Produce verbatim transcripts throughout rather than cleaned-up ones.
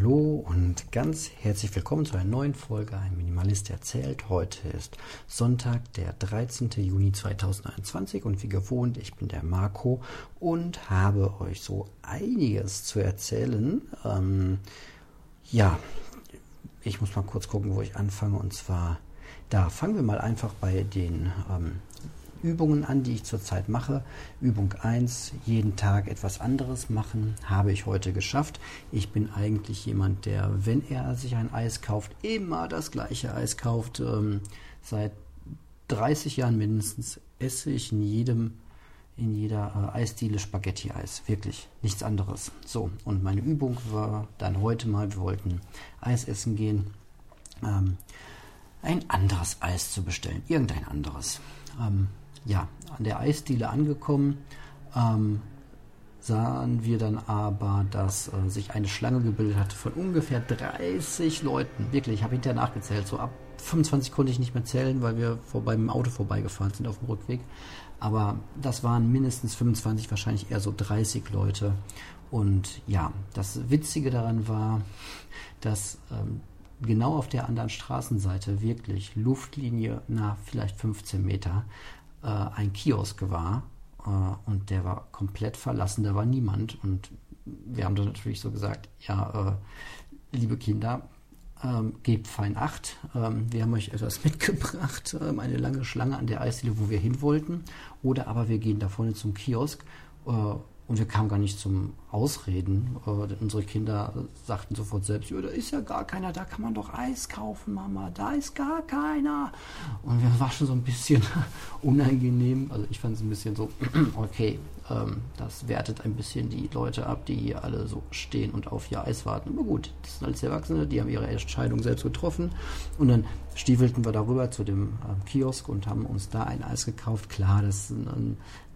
Hallo und ganz herzlich willkommen zu einer neuen Folge Ein Minimalist erzählt. Heute ist Sonntag, der dreizehnten Juni zweitausendeinundzwanzig und wie gewohnt, ich bin der Marco und habe euch so einiges zu erzählen. Ähm, ja, ich muss mal kurz gucken, wo ich anfange, und zwar, da fangen wir mal einfach bei den ähm, Übungen an, die ich zurzeit mache. Übung eins, jeden Tag etwas anderes machen, habe ich heute geschafft. Ich bin eigentlich jemand, der, wenn er sich ein Eis kauft, immer das gleiche Eis kauft. Ähm, seit dreißig Jahren mindestens esse ich in jedem, in jeder äh, Eisdiele Spaghetti-Eis. Wirklich, nichts anderes. So, und meine Übung war dann heute mal, wir wollten Eis essen gehen, ähm, ein anderes Eis zu bestellen. Irgendein anderes. Ähm, Ja, an der Eisdiele angekommen, ähm, sahen wir dann aber, dass äh, sich eine Schlange gebildet hatte von ungefähr dreißig Leuten. Wirklich, ich habe hinterher nachgezählt. So ab fünfundzwanzig konnte ich nicht mehr zählen, weil wir vorbei mit dem Auto vorbeigefahren sind auf dem Rückweg. Aber das waren mindestens fünfundzwanzig, wahrscheinlich eher so dreißig Leute. Und ja, das Witzige daran war, dass ähm, genau auf der anderen Straßenseite wirklich Luftlinie nach vielleicht fünfzehn Meter ein Kiosk war, äh, und der war komplett verlassen, da war niemand, und wir haben dann natürlich so gesagt, ja, äh, liebe Kinder, ähm, gebt fein Acht, ähm, wir haben euch etwas mitgebracht, ähm, eine lange Schlange an der Eisdiele, wo wir hin wollten, oder aber wir gehen da vorne zum Kiosk, äh, und wir kamen gar nicht zum Ausreden. Äh, unsere Kinder sagten sofort selbst, ja, da ist ja gar keiner, da kann man doch Eis kaufen, Mama, da ist gar keiner. Und wir waren schon so ein bisschen unangenehm. Also ich fand es ein bisschen so, okay, ähm, das wertet ein bisschen die Leute ab, die hier alle so stehen und auf ihr Eis warten. Aber gut, das sind alles Erwachsene, die haben ihre Entscheidung selbst getroffen. Und dann stiefelten wir darüber zu dem äh, Kiosk und haben uns da ein Eis gekauft. Klar, das ist ein, ein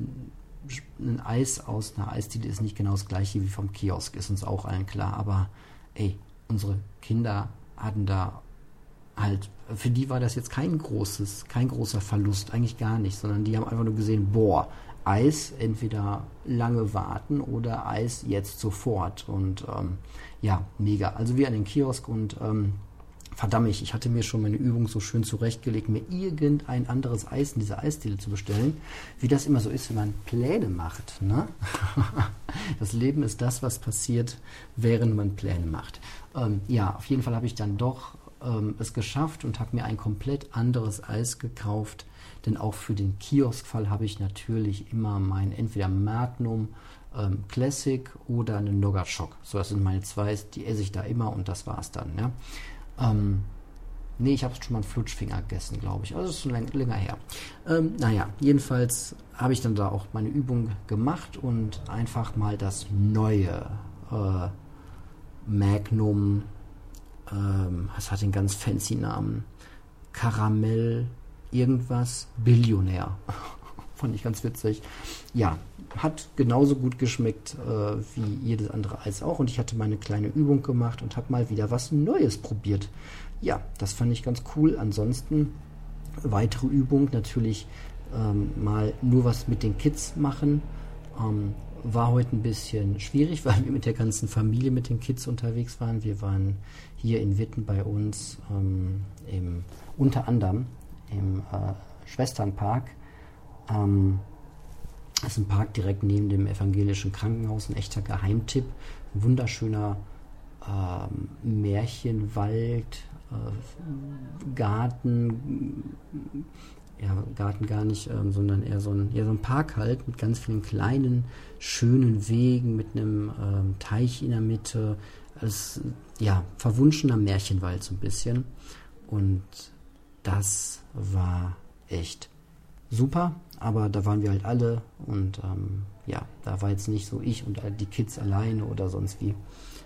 ein Eis aus einer Eisdiele ist nicht genau das gleiche wie vom Kiosk, ist uns auch allen klar, aber ey, unsere Kinder hatten da halt, für die war das jetzt kein großes, kein großer Verlust, eigentlich gar nicht, sondern die haben einfach nur gesehen, boah, Eis, entweder lange warten oder Eis jetzt sofort, und ähm, ja, mega. Also wir an den Kiosk und ähm, verdammt, ich hatte mir schon meine Übung so schön zurechtgelegt, mir irgendein anderes Eis in dieser Eisdiele zu bestellen, wie das immer so ist, wenn man Pläne macht. Ne? Das Leben ist das, was passiert, während man Pläne macht. Ähm, ja, auf jeden Fall habe ich dann doch ähm, es geschafft und habe mir ein komplett anderes Eis gekauft, denn auch für den Kioskfall habe ich natürlich immer mein entweder Magnum ähm, Classic oder einen Nougat Schock. So, das sind meine zwei, die esse ich da immer, und das war's dann. Ja? Ähm, nee, ich habe schon mal einen Flutschfinger gegessen, glaube ich. Also das ist schon läng- länger her. Ähm, naja, jedenfalls habe ich dann da auch meine Übung gemacht und einfach mal das neue äh, Magnum, ähm, es hat den ganz fancy Namen, Karamell irgendwas, Billionär. Fand ich ganz witzig. Ja, hat genauso gut geschmeckt äh, wie jedes andere Eis auch. Und ich hatte meine kleine Übung gemacht und habe mal wieder was Neues probiert. Ja, das fand ich ganz cool. Ansonsten weitere Übung natürlich ähm, mal nur was mit den Kids machen. Ähm, war heute ein bisschen schwierig, weil wir mit der ganzen Familie mit den Kids unterwegs waren. Wir waren hier in Witten bei uns ähm, im, unter anderem im äh, Schwesternpark. Ähm, das ist ein Park direkt neben dem evangelischen Krankenhaus, ein echter Geheimtipp. Ein wunderschöner ähm, Märchenwald, äh, Garten, ja, Garten gar nicht, ähm, sondern eher so ein, eher so ein Park halt mit ganz vielen kleinen, schönen Wegen, mit einem ähm, Teich in der Mitte. Als, ja, verwunschener Märchenwald so ein bisschen. Und das war echt super, aber da waren wir halt alle, und ähm, ja, da war jetzt nicht so ich und die Kids alleine oder sonst wie.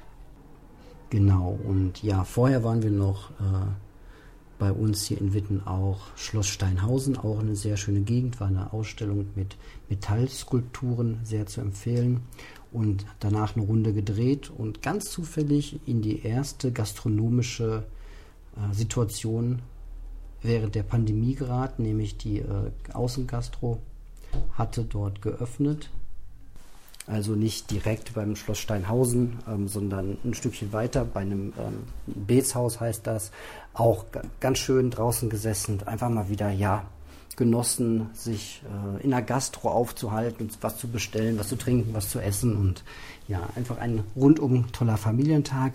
Genau, und ja, vorher waren wir noch äh, bei uns hier in Witten auch Schloss Steinhausen, auch eine sehr schöne Gegend, war eine Ausstellung mit Metallskulpturen, sehr zu empfehlen, und danach eine Runde gedreht und ganz zufällig in die erste gastronomische äh, Situation während der Pandemie geraten, nämlich die äh, Außengastro hatte dort geöffnet. Also nicht direkt beim Schloss Steinhausen, ähm, sondern ein Stückchen weiter bei einem ähm, Betshaus heißt das. Auch g- ganz schön draußen gesessen, einfach mal wieder, ja, genossen, sich äh, in der Gastro aufzuhalten und was zu bestellen, was zu trinken, was zu essen und ja, einfach ein rundum toller Familientag.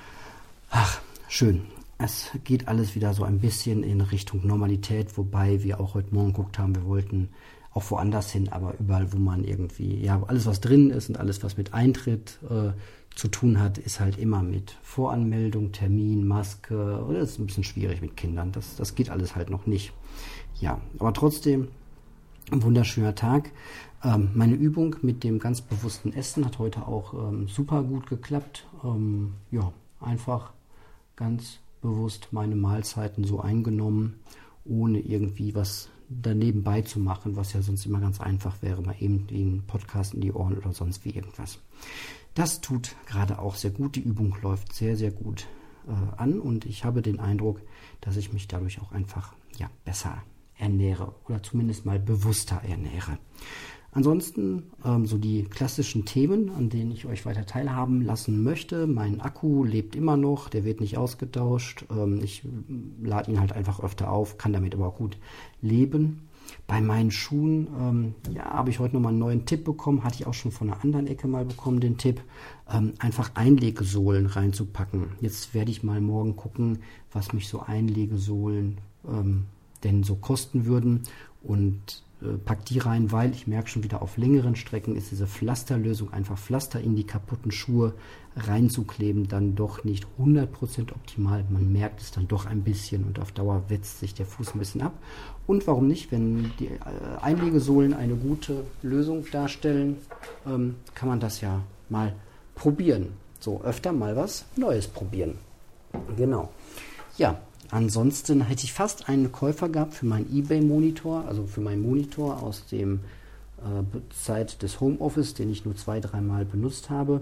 Ach, schön. Es geht alles wieder so ein bisschen in Richtung Normalität, wobei wir auch heute Morgen geguckt haben, wir wollten auch woanders hin, aber überall, wo man irgendwie, ja, alles was drin ist und alles was mit Eintritt äh, zu tun hat, ist halt immer mit Voranmeldung, Termin, Maske, oder das ist ein bisschen schwierig mit Kindern, das, das geht alles halt noch nicht. Ja, aber trotzdem ein wunderschöner Tag. Ähm, meine Übung mit dem ganz bewussten Essen hat heute auch ähm, super gut geklappt. Ähm, ja, einfach ganz bewusst meine Mahlzeiten so eingenommen, ohne irgendwie was daneben beizumachen, was ja sonst immer ganz einfach wäre, mal eben den Podcast in die Ohren oder sonst wie irgendwas. Das tut gerade auch sehr gut. Die Übung läuft sehr, sehr gut äh, an und ich habe den Eindruck, dass ich mich dadurch auch einfach ja, besser ernähre oder zumindest mal bewusster ernähre. Ansonsten ähm, so die klassischen Themen, an denen ich euch weiter teilhaben lassen möchte. Mein Akku lebt immer noch, der wird nicht ausgetauscht. Ähm, ich lade ihn halt einfach öfter auf, kann damit aber auch gut leben. Bei meinen Schuhen ähm, ja, habe ich heute nochmal einen neuen Tipp bekommen, hatte ich auch schon von einer anderen Ecke mal bekommen, den Tipp, ähm, einfach Einlegesohlen reinzupacken. Jetzt werde ich mal morgen gucken, was mich so Einlegesohlen ähm, denn so kosten würden und äh, pack die rein, weil ich merke schon wieder, auf längeren Strecken ist diese Pflasterlösung, einfach Pflaster in die kaputten Schuhe reinzukleben, dann doch nicht hundert Prozent optimal. Man merkt es dann doch ein bisschen und auf Dauer wetzt sich der Fuß ein bisschen ab. Und warum nicht, wenn die äh, Einlegesohlen eine gute Lösung darstellen, ähm, kann man das ja mal probieren. So öfter mal was Neues probieren. Genau. Ja. Ansonsten hätte ich fast einen Käufer gehabt für meinen eBay-Monitor, also für meinen Monitor aus dem äh, Zeit des Homeoffice, den ich nur zwei, dreimal benutzt habe.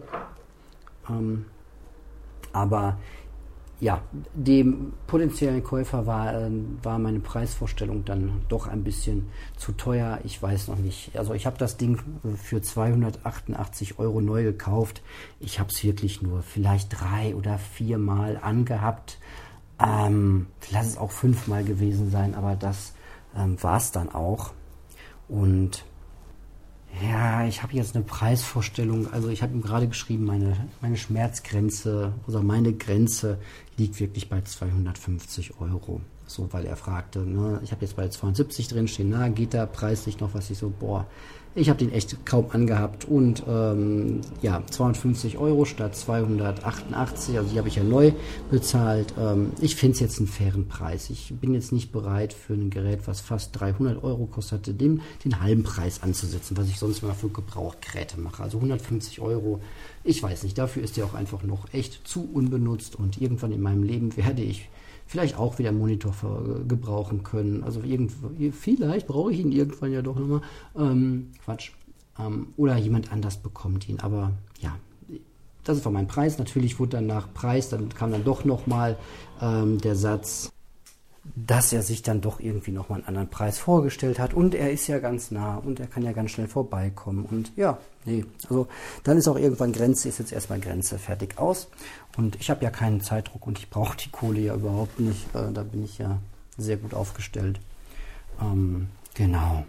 Ähm, aber ja, dem potenziellen Käufer war, äh, war meine Preisvorstellung dann doch ein bisschen zu teuer. Ich weiß noch nicht. Also ich habe das Ding für zweihundertachtundachtzig Euro neu gekauft. Ich habe es wirklich nur vielleicht drei oder viermal angehabt. Ähm, lass es auch fünfmal gewesen sein, aber das ähm, war es dann auch. Und ja, ich habe jetzt eine Preisvorstellung, also ich habe ihm gerade geschrieben, meine, meine Schmerzgrenze oder meine Grenze liegt wirklich bei zweihundertfünfzig Euro. So, weil er fragte, ne, ich habe jetzt bei zweihundertsiebzig drin stehen, na, geht da preislich noch was? Ich so, boah, ich habe den echt kaum angehabt und ähm, ja, zweihundertfünfzig Euro statt zweihundertachtundachtzig, also die habe ich ja neu bezahlt. Ähm, ich finde es jetzt einen fairen Preis. Ich bin jetzt nicht bereit für ein Gerät, was fast dreihundert Euro kostete, dem den halben Preis anzusetzen, was ich sonst immer für Gebrauchtgeräte mache. Also hundertfünfzig Euro, ich weiß nicht, dafür ist der auch einfach noch echt zu unbenutzt und irgendwann in meinem Leben werde ich vielleicht auch wieder einen Monitor gebrauchen können. Also irgendwo, vielleicht brauche ich ihn irgendwann ja doch nochmal. Ähm, Quatsch. Ähm, oder jemand anders bekommt ihn. Aber ja, das war mein Preis. Natürlich wurde dann nach Preis, dann kam dann doch nochmal ähm, der Satz, dass er sich dann doch irgendwie nochmal einen anderen Preis vorgestellt hat. Und er ist ja ganz nah und er kann ja ganz schnell vorbeikommen. Und ja, nee, also dann ist auch irgendwann Grenze, ist jetzt erstmal Grenze, fertig, aus. Und ich habe ja keinen Zeitdruck und ich brauche die Kohle ja überhaupt nicht. Äh, da bin ich ja sehr gut aufgestellt. Ähm, genau.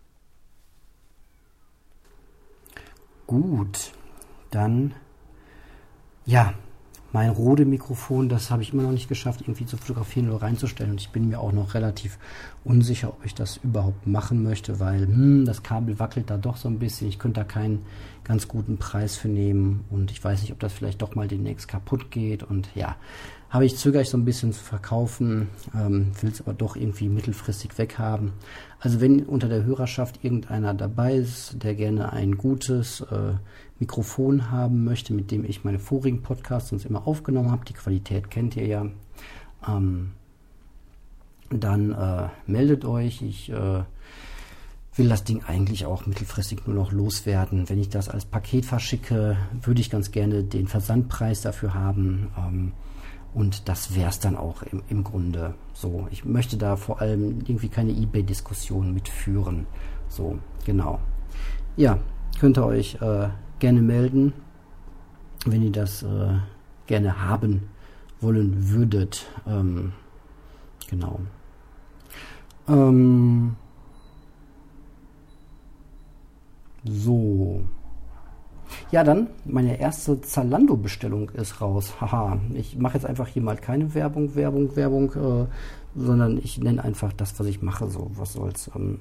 Gut, dann, ja, mein Rode-Mikrofon, das habe ich immer noch nicht geschafft, irgendwie zu fotografieren oder reinzustellen. Und ich bin mir auch noch relativ unsicher, ob ich das überhaupt machen möchte, weil hm, das Kabel wackelt da doch so ein bisschen. Ich könnte da keinen ganz guten Preis für nehmen. Und ich weiß nicht, ob das vielleicht doch mal demnächst kaputt geht. Und ja, habe ich zögere ich so ein bisschen zu verkaufen, ähm, will es aber doch irgendwie mittelfristig weghaben. Also wenn unter der Hörerschaft irgendeiner dabei ist, der gerne ein gutes äh, Mikrofon haben möchte, mit dem ich meine vorigen Podcasts sonst immer aufgenommen habe, die Qualität kennt ihr ja, ähm, dann äh, meldet euch. Ich äh, will das Ding eigentlich auch mittelfristig nur noch loswerden. Wenn ich das als Paket verschicke, würde ich ganz gerne den Versandpreis dafür haben. Ähm, Und das wäre es dann auch im, im Grunde so. Ich möchte da vor allem irgendwie keine eBay-Diskussion mitführen. So, genau. Ja, könnt ihr euch äh, gerne melden, wenn ihr das äh, gerne haben wollen würdet. Ähm, genau. Ähm, so. Ja, dann, meine erste Zalando-Bestellung ist raus. Haha, ich mache jetzt einfach hier mal keine Werbung, Werbung, Werbung, äh, sondern ich nenne einfach das, was ich mache. So, was soll's. Ähm,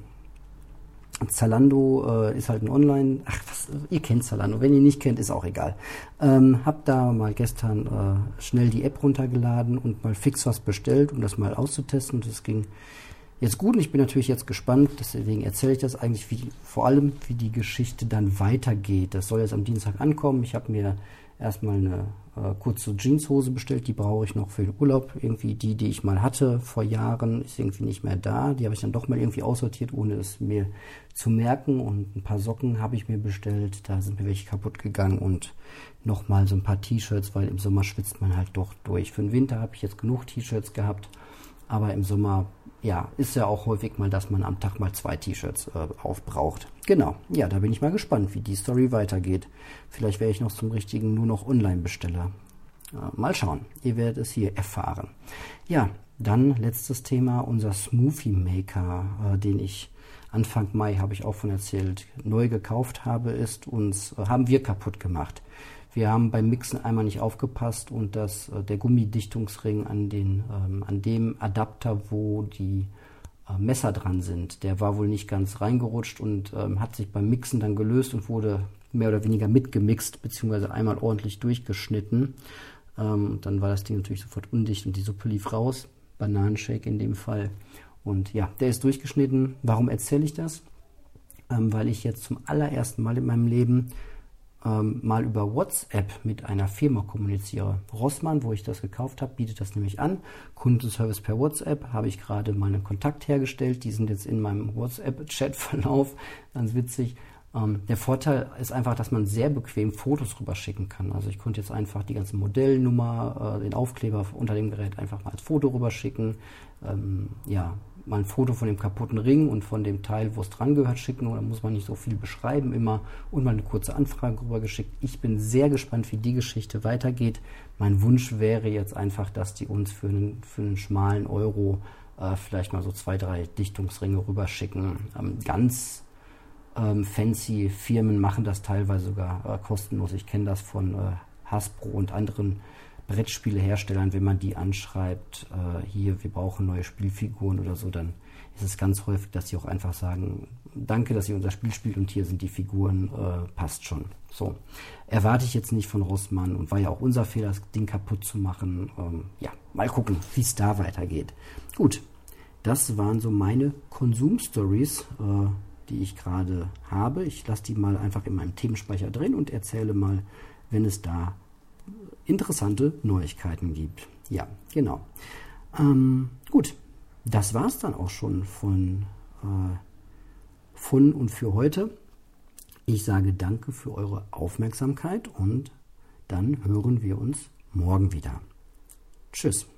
Zalando äh, ist halt ein Online... Ach, was, ihr kennt Zalando. Wenn ihr nicht kennt, ist auch egal. Ähm, hab da mal gestern äh, schnell die App runtergeladen und mal fix was bestellt, um das mal auszutesten. Und das ging jetzt gut und ich bin natürlich jetzt gespannt, deswegen erzähle ich das eigentlich, wie, vor allem, wie die Geschichte dann weitergeht. Das soll jetzt am Dienstag ankommen. Ich habe mir erstmal eine äh, kurze Jeanshose bestellt, die brauche ich noch für den Urlaub. Irgendwie die, die ich mal hatte vor Jahren, ist irgendwie nicht mehr da. Die habe ich dann doch mal irgendwie aussortiert, ohne es mir zu merken. Und ein paar Socken habe ich mir bestellt, da sind mir welche kaputt gegangen und nochmal so ein paar T-Shirts, weil im Sommer schwitzt man halt doch durch. Für den Winter habe ich jetzt genug T-Shirts gehabt, aber im Sommer, ja, ist ja auch häufig mal, dass man am Tag mal zwei T-Shirts äh, aufbraucht. Genau, ja, da bin ich mal gespannt, wie die Story weitergeht. Vielleicht werde ich noch zum richtigen nur noch Online-Besteller. Äh, mal schauen, ihr werdet es hier erfahren. Ja, dann letztes Thema, unser Smoothie Maker, äh, den ich Anfang Mai, habe ich auch von erzählt, neu gekauft habe, ist uns, äh, haben wir kaputt gemacht. Wir haben beim Mixen einmal nicht aufgepasst und das, äh, der Gummidichtungsring an, den, ähm, an dem Adapter, wo die äh, Messer dran sind, der war wohl nicht ganz reingerutscht und ähm, hat sich beim Mixen dann gelöst und wurde mehr oder weniger mitgemixt, beziehungsweise einmal ordentlich durchgeschnitten. Ähm, dann war das Ding natürlich sofort undicht und die Suppe lief raus. Bananenshake in dem Fall. Und ja, der ist durchgeschnitten. Warum erzähle ich das? Ähm, weil ich jetzt zum allerersten Mal in meinem Leben Ähm, mal über WhatsApp mit einer Firma kommuniziere. Rossmann, wo ich das gekauft habe, bietet das nämlich an. Kundenservice per WhatsApp, habe ich gerade meinen Kontakt hergestellt. Die sind jetzt in meinem WhatsApp-Chat-Verlauf. Ganz witzig. Ähm, der Vorteil ist einfach, dass man sehr bequem Fotos rüberschicken kann. Also ich konnte jetzt einfach die ganze Modellnummer, äh, den Aufkleber unter dem Gerät einfach mal als Foto rüberschicken. Ähm, ja, mal ein Foto von dem kaputten Ring und von dem Teil, wo es dran gehört, schicken. Oder muss man nicht so viel beschreiben immer. Und mal eine kurze Anfrage rübergeschickt. Ich bin sehr gespannt, wie die Geschichte weitergeht. Mein Wunsch wäre jetzt einfach, dass die uns für einen, für einen schmalen Euro äh, vielleicht mal so zwei, drei Dichtungsringe rüberschicken. Ähm, ganz ähm, fancy Firmen machen das teilweise sogar äh, kostenlos. Ich kenne das von äh, Hasbro und anderen Brettspieleherstellern, wenn man die anschreibt, äh, hier, wir brauchen neue Spielfiguren oder so, dann ist es ganz häufig, dass sie auch einfach sagen, danke, dass ihr unser Spiel spielt und hier sind die Figuren, äh, passt schon. So, erwarte ich jetzt nicht von Rossmann und war ja auch unser Fehler, das Ding kaputt zu machen. Ähm, ja, mal gucken, wie es da weitergeht. Gut, das waren so meine Konsumstories, äh, die ich gerade habe. Ich lasse die mal einfach in meinem Themenspeicher drin und erzähle mal, wenn es da interessante Neuigkeiten gibt. Ja, genau. Ähm, gut, das war es dann auch schon von, äh, von und für heute. Ich sage danke für eure Aufmerksamkeit und dann hören wir uns morgen wieder. Tschüss.